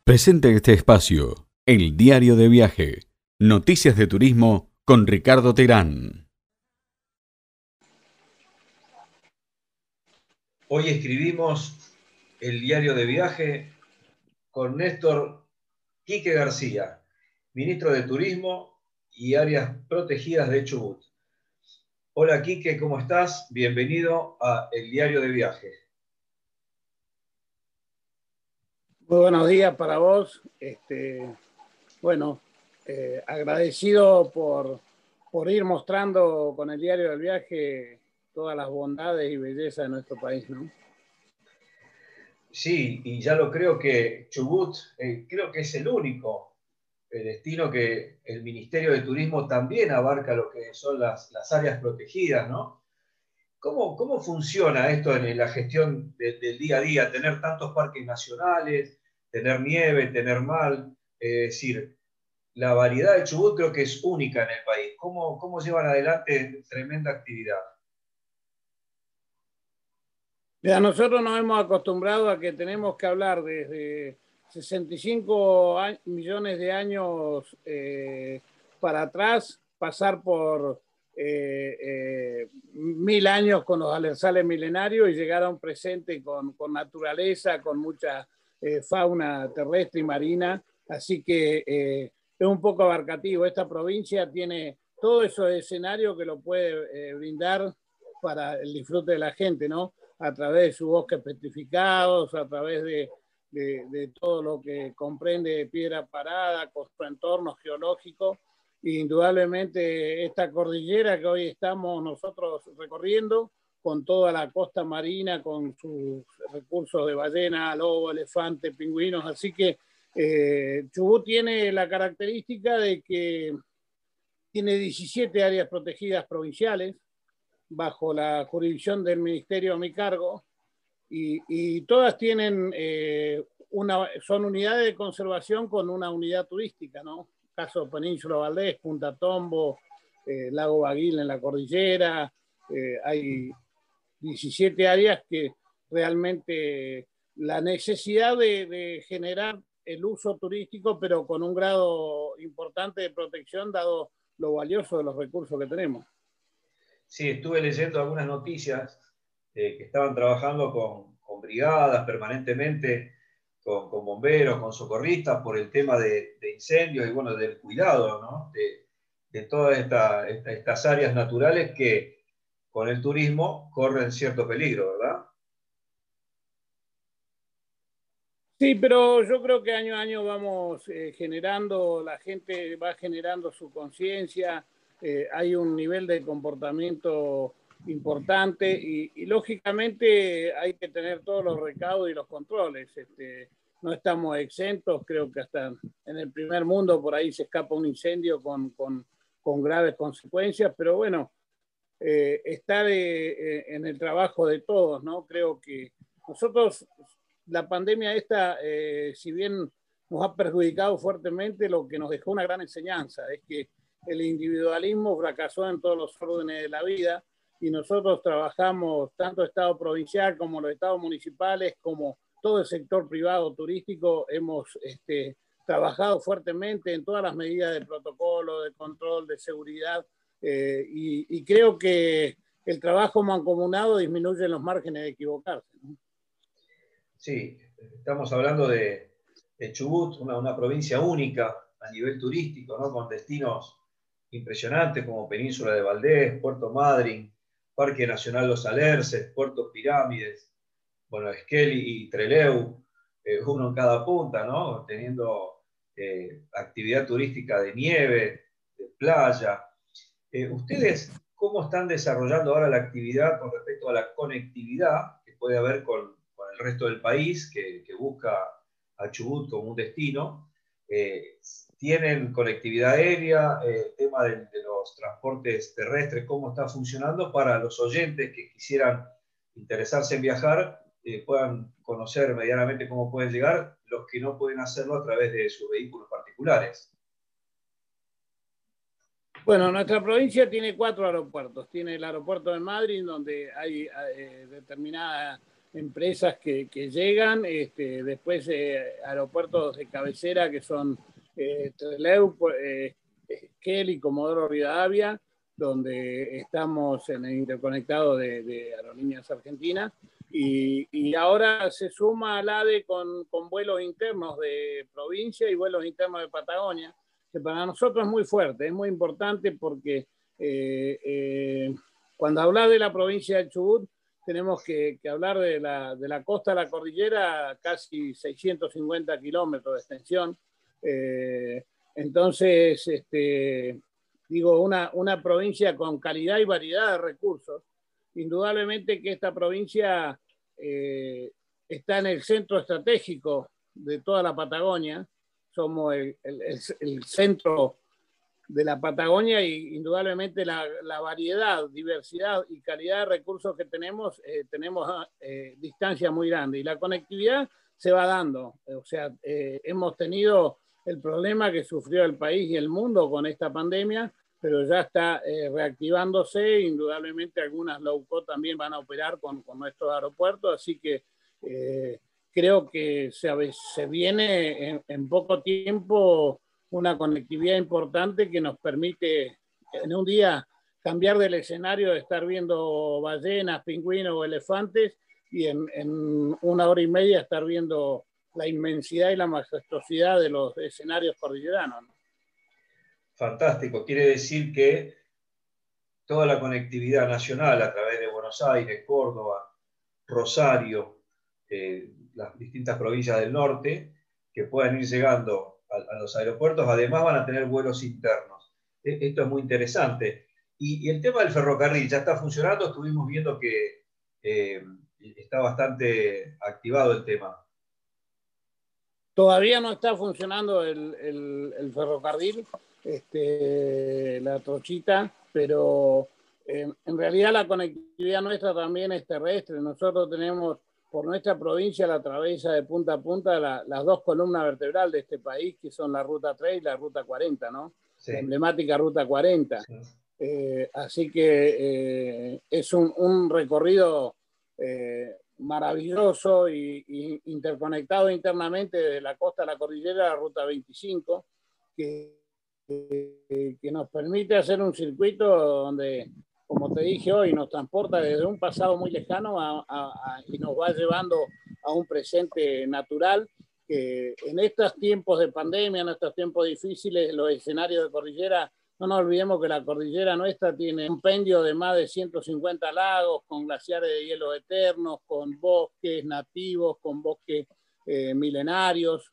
Presente este espacio, el diario de viaje, noticias de turismo con Ricardo Terán. Hoy escribimos el diario de viaje con Néstor Quique García, ministro de Turismo y Áreas Protegidas de Chubut. Hola Quique, ¿cómo estás? Bienvenido a el diario de viaje. Muy buenos días para vos. Agradecido por ir mostrando con el diario del viaje todas las bondades y bellezas de nuestro país, ¿no? Sí, y ya lo creo que Chubut, creo que es el único destino que el Ministerio de Turismo también abarca lo que son las áreas protegidas, ¿no? ¿Cómo funciona esto en la gestión del día a día? Tener tantos parques nacionales, tener nieve, tener mar, es decir, la variedad de Chubut creo que es única en el país. ¿Cómo llevan adelante tremenda actividad? Mira, nosotros nos hemos acostumbrado a que tenemos que hablar desde 65 millones de años para atrás, pasar por 1000 años con los alersales milenarios y llegar a un presente con naturaleza, con mucha fauna terrestre y marina. Así que es un poco abarcativo. Esta provincia tiene todo ese escenario que lo puede brindar para el disfrute de la gente, ¿no? A través de sus bosques petrificados, a través de todo lo que comprende piedra parada, entornos geológicos. Indudablemente esta cordillera que hoy estamos nosotros recorriendo, con toda la costa marina, con sus recursos de ballena, lobo, elefante, pingüinos. Así que Chubut tiene la característica de que tiene 17 áreas protegidas provinciales, bajo la jurisdicción del ministerio a mi cargo, y todas tienen son unidades de conservación con una unidad turística, ¿no? Caso Península Valdés, Punta Tombo, Lago Baguil en la cordillera. Hay 17 áreas que realmente la necesidad de generar el uso turístico, pero con un grado importante de protección, dado lo valioso de los recursos que tenemos. Sí, estuve leyendo algunas noticias que estaban trabajando con brigadas permanentemente, con bomberos, con socorristas, por el tema de incendios y bueno, del cuidado, ¿no? de todas estas áreas naturales que con el turismo corren cierto peligro, ¿verdad? Sí, pero yo creo que año a año vamos generando, la gente va generando su conciencia, hay un nivel de comportamiento importante y lógicamente hay que tener todos los recaudos y los controles. No estamos exentos, creo que hasta en el primer mundo por ahí se escapa un incendio con graves consecuencias, pero bueno, está en el trabajo de todos, ¿no? Creo que nosotros la pandemia esta, si bien nos ha perjudicado fuertemente, lo que nos dejó una gran enseñanza es que el individualismo fracasó en todos los órdenes de la vida y nosotros trabajamos tanto Estado provincial como los estados municipales, como todo el sector privado turístico, hemos trabajado fuertemente en todas las medidas de protocolo, de control, de seguridad, y creo que el trabajo mancomunado disminuye los márgenes de equivocarse, ¿no? Sí, estamos hablando de Chubut, una provincia única a nivel turístico, ¿no? Con destinos impresionantes como Península de Valdés, Puerto Madryn, Parque Nacional Los Alerces, Puerto Pirámides, bueno, Esquel y Trelew, uno en cada punta, ¿no? Teniendo actividad turística de nieve, de playa. ¿Ustedes cómo están desarrollando ahora la actividad con respecto a la conectividad que puede haber con el resto del país que busca a Chubut como un destino? ¿Tienen conectividad aérea? El tema de los transportes terrestres, ¿cómo está funcionando para los oyentes que quisieran interesarse en viajar? Puedan conocer medianamente cómo pueden llegar los que no pueden hacerlo a través de sus vehículos particulares. Bueno, nuestra provincia tiene 4 aeropuertos. Tiene el aeropuerto de Madrid, donde hay determinada empresas que llegan, después aeropuertos de cabecera que son Trelew, Esquel y Comodoro Rivadavia, donde estamos en el interconectado de Aerolíneas Argentinas, y ahora se suma al ADE con vuelos internos de provincia y vuelos internos de Patagonia, que para nosotros es muy fuerte, es muy importante porque cuando hablas de la provincia de Chubut, tenemos que hablar de la costa de la cordillera, casi 650 kilómetros de extensión. Entonces, digo, una provincia con calidad y variedad de recursos. Indudablemente que esta provincia está en el centro estratégico de toda la Patagonia. Somos el centro de la Patagonia y indudablemente la variedad, diversidad y calidad de recursos que tenemos distancia muy grande y la conectividad se va dando. O sea, hemos tenido el problema que sufrió el país y el mundo con esta pandemia, pero ya está reactivándose. Indudablemente algunas low cost también van a operar con nuestros aeropuertos, así que creo que se viene en poco tiempo una conectividad importante que nos permite en un día cambiar del escenario de estar viendo ballenas, pingüinos o elefantes y en una hora y media estar viendo la inmensidad y la majestuosidad de los escenarios cordilleranos, ¿no? Fantástico. Quiere decir que toda la conectividad nacional a través de Buenos Aires, Córdoba, Rosario, las distintas provincias del norte, que puedan ir llegando a los aeropuertos, además van a tener vuelos internos. Esto es muy interesante. Y el tema del ferrocarril ya está funcionando. Estuvimos viendo que está bastante activado el tema. Todavía no está funcionando el ferrocarril, la trochita, pero en realidad la conectividad nuestra también es terrestre. Nosotros tenemos por nuestra provincia la travesa de punta a punta las dos columnas vertebrales de este país, que son la Ruta 3 y la Ruta 40, ¿no? Sí. La emblemática Ruta 40. Sí. Así que es un recorrido maravilloso y interconectado internamente desde la costa a la cordillera, la Ruta 25, que nos permite hacer un circuito donde, como te dije hoy, nos transporta desde un pasado muy lejano y nos va llevando a un presente natural, que en estos tiempos de pandemia, en estos tiempos difíciles, los escenarios de cordillera, no nos olvidemos que la cordillera nuestra tiene un compendio de más de 150 lagos, con glaciares de hielo eternos, con bosques nativos, con bosques milenarios.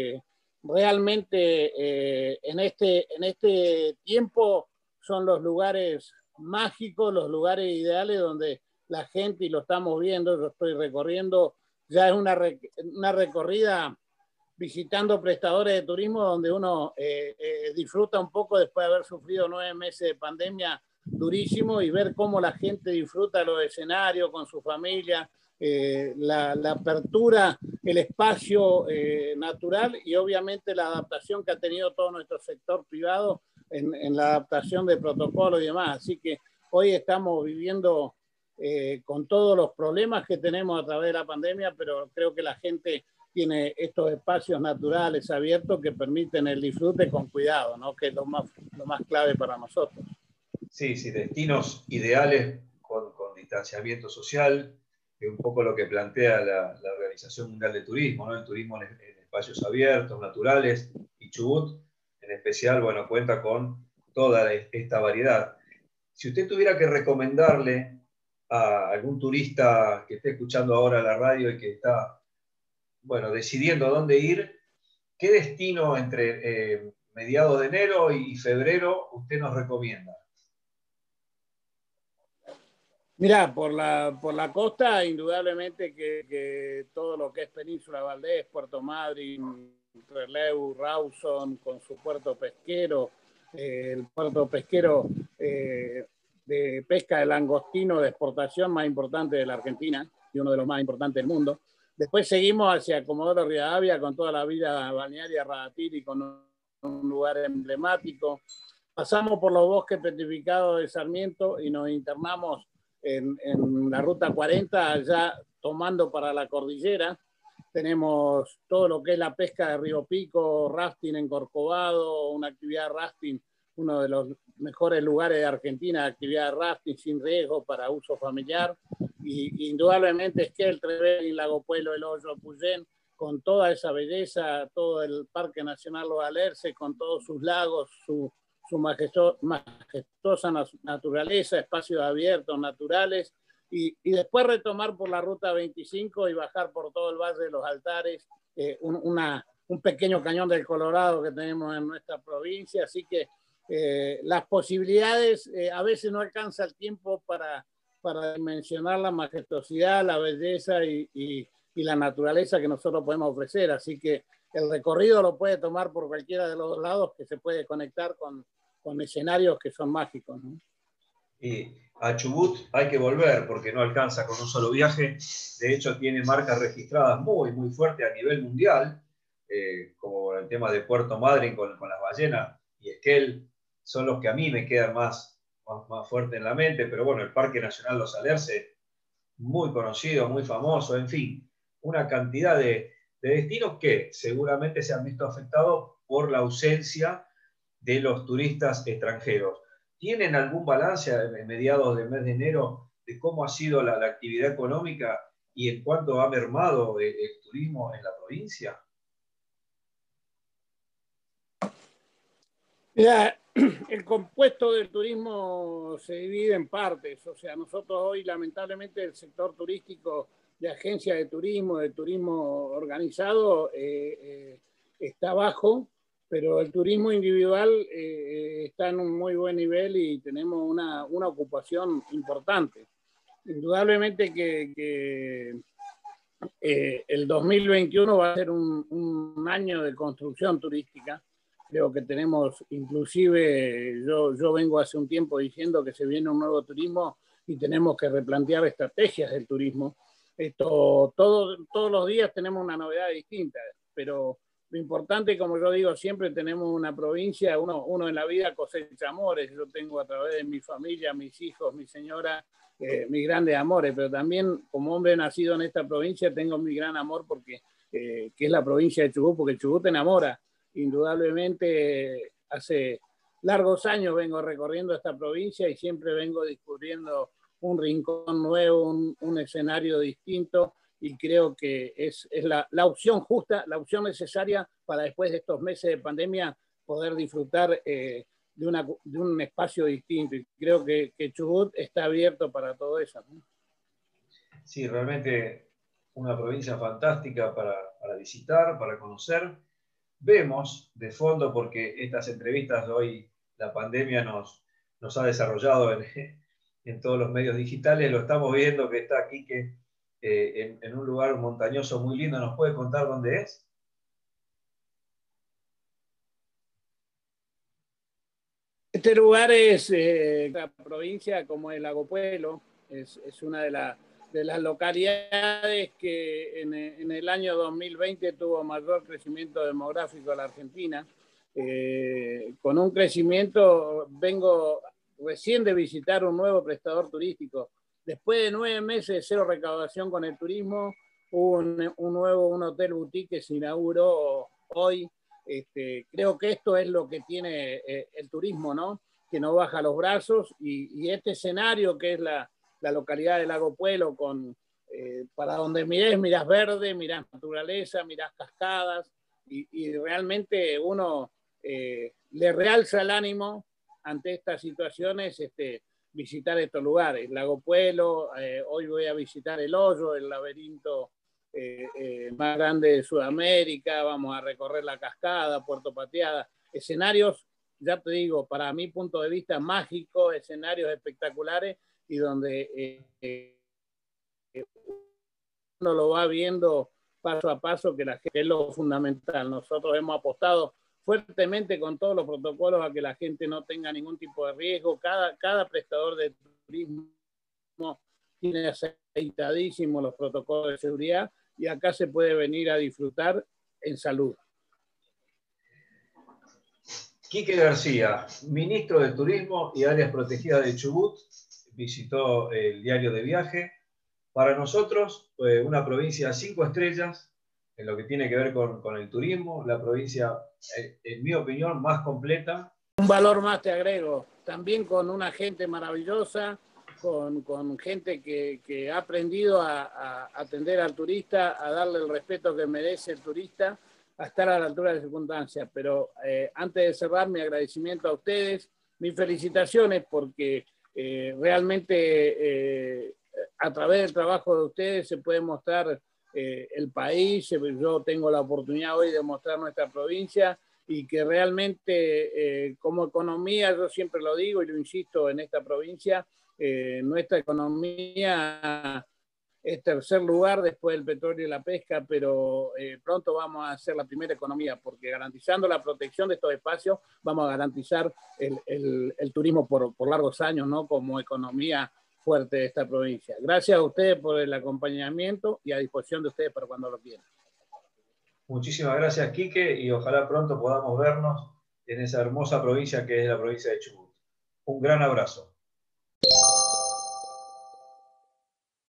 Realmente en este tiempo son los lugares mágicos, los lugares ideales donde la gente, y lo estamos viendo, yo estoy recorriendo, ya es una recorrida visitando prestadores de turismo donde uno disfruta un poco después de haber sufrido 9 meses de pandemia durísimo y ver cómo la gente disfruta los escenarios con su familia, la apertura, el espacio natural y obviamente la adaptación que ha tenido todo nuestro sector privado en la adaptación de protocolos y demás. Así que hoy estamos viviendo con todos los problemas que tenemos a través de la pandemia, pero creo que la gente tiene estos espacios naturales abiertos que permiten el disfrute con cuidado, ¿no? Que es lo más clave para nosotros. Sí, destinos ideales con distanciamiento social, que es un poco lo que plantea la Organización Mundial de Turismo, ¿no? El turismo en espacios abiertos, naturales, y Chubut en especial, bueno, cuenta con toda esta variedad. Si usted tuviera que recomendarle a algún turista que esté escuchando ahora la radio y que está, bueno, decidiendo dónde ir, ¿qué destino entre mediados de enero y febrero usted nos recomienda? Mirá, por la costa, indudablemente que todo lo que es Península Valdés, Puerto Madryn, Trelew, Rawson, con su puerto pesquero, el puerto pesquero de pesca de langostino de exportación más importante de la Argentina y uno de los más importantes del mundo. Después seguimos hacia Comodoro Rivadavia con toda la vida balnearia Radatiri, con un lugar emblemático. Pasamos por los bosques petrificados de Sarmiento y nos internamos en la Ruta 40, allá tomando para la cordillera. Tenemos todo lo que es la pesca de Río Pico, rafting en Corcovado, una actividad rafting, uno de los mejores lugares de Argentina, actividad de rafting sin riesgo para uso familiar. Y indudablemente es que el Trevelin, Lago Puelo, el Hoyo, Puyén, con toda esa belleza, todo el Parque Nacional Los Alerces, con todos sus lagos, su majestuosa naturaleza, espacios abiertos, naturales, y después retomar por la Ruta 25 y bajar por todo el Valle de los Altares, un pequeño cañón del Colorado que tenemos en nuestra provincia, así que las posibilidades, a veces no alcanza el tiempo para dimensionar la majestuosidad, la belleza y la naturaleza que nosotros podemos ofrecer, así que el recorrido lo puede tomar por cualquiera de los dos lados, que se puede conectar con escenarios que son mágicos, ¿no? Y a Chubut hay que volver porque no alcanza con un solo viaje. De hecho, tiene marcas registradas muy, muy fuertes a nivel mundial, como el tema de Puerto Madryn con las ballenas y Esquel, son los que a mí me quedan más fuertes en la mente. Pero bueno, el Parque Nacional Los Alerces, muy conocido, muy famoso, en fin, una cantidad de destinos que seguramente se han visto afectados por la ausencia de los turistas extranjeros. ¿Tienen algún balance a mediados del mes de enero de cómo ha sido la actividad económica y en cuánto ha mermado el turismo en la provincia? Mira, el compuesto del turismo se divide en partes. O sea, nosotros hoy, lamentablemente, el sector turístico de agencias de turismo organizado, está bajo, pero el turismo individual está en un muy buen nivel y tenemos una ocupación importante. Indudablemente que el 2021 va a ser un año de construcción turística. Creo que tenemos, inclusive, yo vengo hace un tiempo diciendo que se viene un nuevo turismo y tenemos que replantear estrategias del turismo. Todos los días tenemos una novedad distinta, pero lo importante, como yo digo siempre, tenemos una provincia, uno en la vida cosecha amores. Yo tengo a través de mi familia, mis hijos, mi señora, mis grandes amores, pero también como hombre nacido en esta provincia tengo mi gran amor porque que es la provincia de Chubut, porque Chubut te enamora. Indudablemente hace largos años vengo recorriendo esta provincia y siempre vengo descubriendo un rincón nuevo, un escenario distinto, y creo que es la opción justa, la opción necesaria para después de estos meses de pandemia poder disfrutar de un espacio distinto. Y creo que Chubut está abierto para todo eso, ¿no? Sí, realmente una provincia fantástica para visitar, para conocer. Vemos de fondo, porque estas entrevistas de hoy, la pandemia nos ha desarrollado en todos los medios digitales, lo estamos viendo que está aquí en un lugar montañoso muy lindo. ¿Nos puede contar dónde es? Este lugar es la provincia como el Lago Puelo, es una de las localidades que en el año 2020 tuvo mayor crecimiento demográfico en la Argentina. Con un crecimiento, vengo recién de visitar un nuevo prestador turístico. Después de 9 meses de cero recaudación con el turismo, hubo un hotel boutique que se inauguró hoy. Creo que esto es lo que tiene el turismo, ¿no? Que no baja los brazos, y este escenario que es la localidad de Lago Puelo, para donde mirás verde, mirás naturaleza, mirás cascadas, y realmente uno le realza el ánimo ante estas situaciones, visitar estos lugares. Lago Puelo, hoy voy a visitar el Hoyo, el laberinto más grande de Sudamérica, vamos a recorrer la cascada, Puerto Pateada, escenarios, ya te digo, para mi punto de vista, mágicos, escenarios espectaculares, y donde uno lo va viendo paso a paso, que es lo fundamental. Nosotros hemos apostado fuertemente con todos los protocolos a que la gente no tenga ningún tipo de riesgo. Cada prestador de turismo tiene aceitadísimos los protocolos de seguridad, y acá se puede venir a disfrutar en salud. Quique García, ministro de Turismo y Áreas Protegidas de Chubut, visitó el diario de viaje. Para nosotros, una provincia 5 estrellas en lo que tiene que ver con el turismo, la provincia, en mi opinión, más completa. Un valor más te agrego, también con una gente maravillosa, con gente que ha aprendido a atender al turista, a darle el respeto que merece el turista, a estar a la altura de circunstancias. Pero antes de cerrar, mi agradecimiento a ustedes, mis felicitaciones, porque realmente a través del trabajo de ustedes se puede mostrar el país. Yo tengo la oportunidad hoy de mostrar nuestra provincia, y que realmente como economía, yo siempre lo digo y lo insisto en esta provincia, nuestra economía es tercer lugar después del petróleo y la pesca, pero pronto vamos a ser la primera economía, porque garantizando la protección de estos espacios vamos a garantizar el turismo por largos años, ¿no? Como economía fuerte de esta provincia. Gracias a ustedes por el acompañamiento y a disposición de ustedes para cuando lo quieran. Muchísimas gracias, Quique, y ojalá pronto podamos vernos en esa hermosa provincia que es la provincia de Chubut. Un gran abrazo.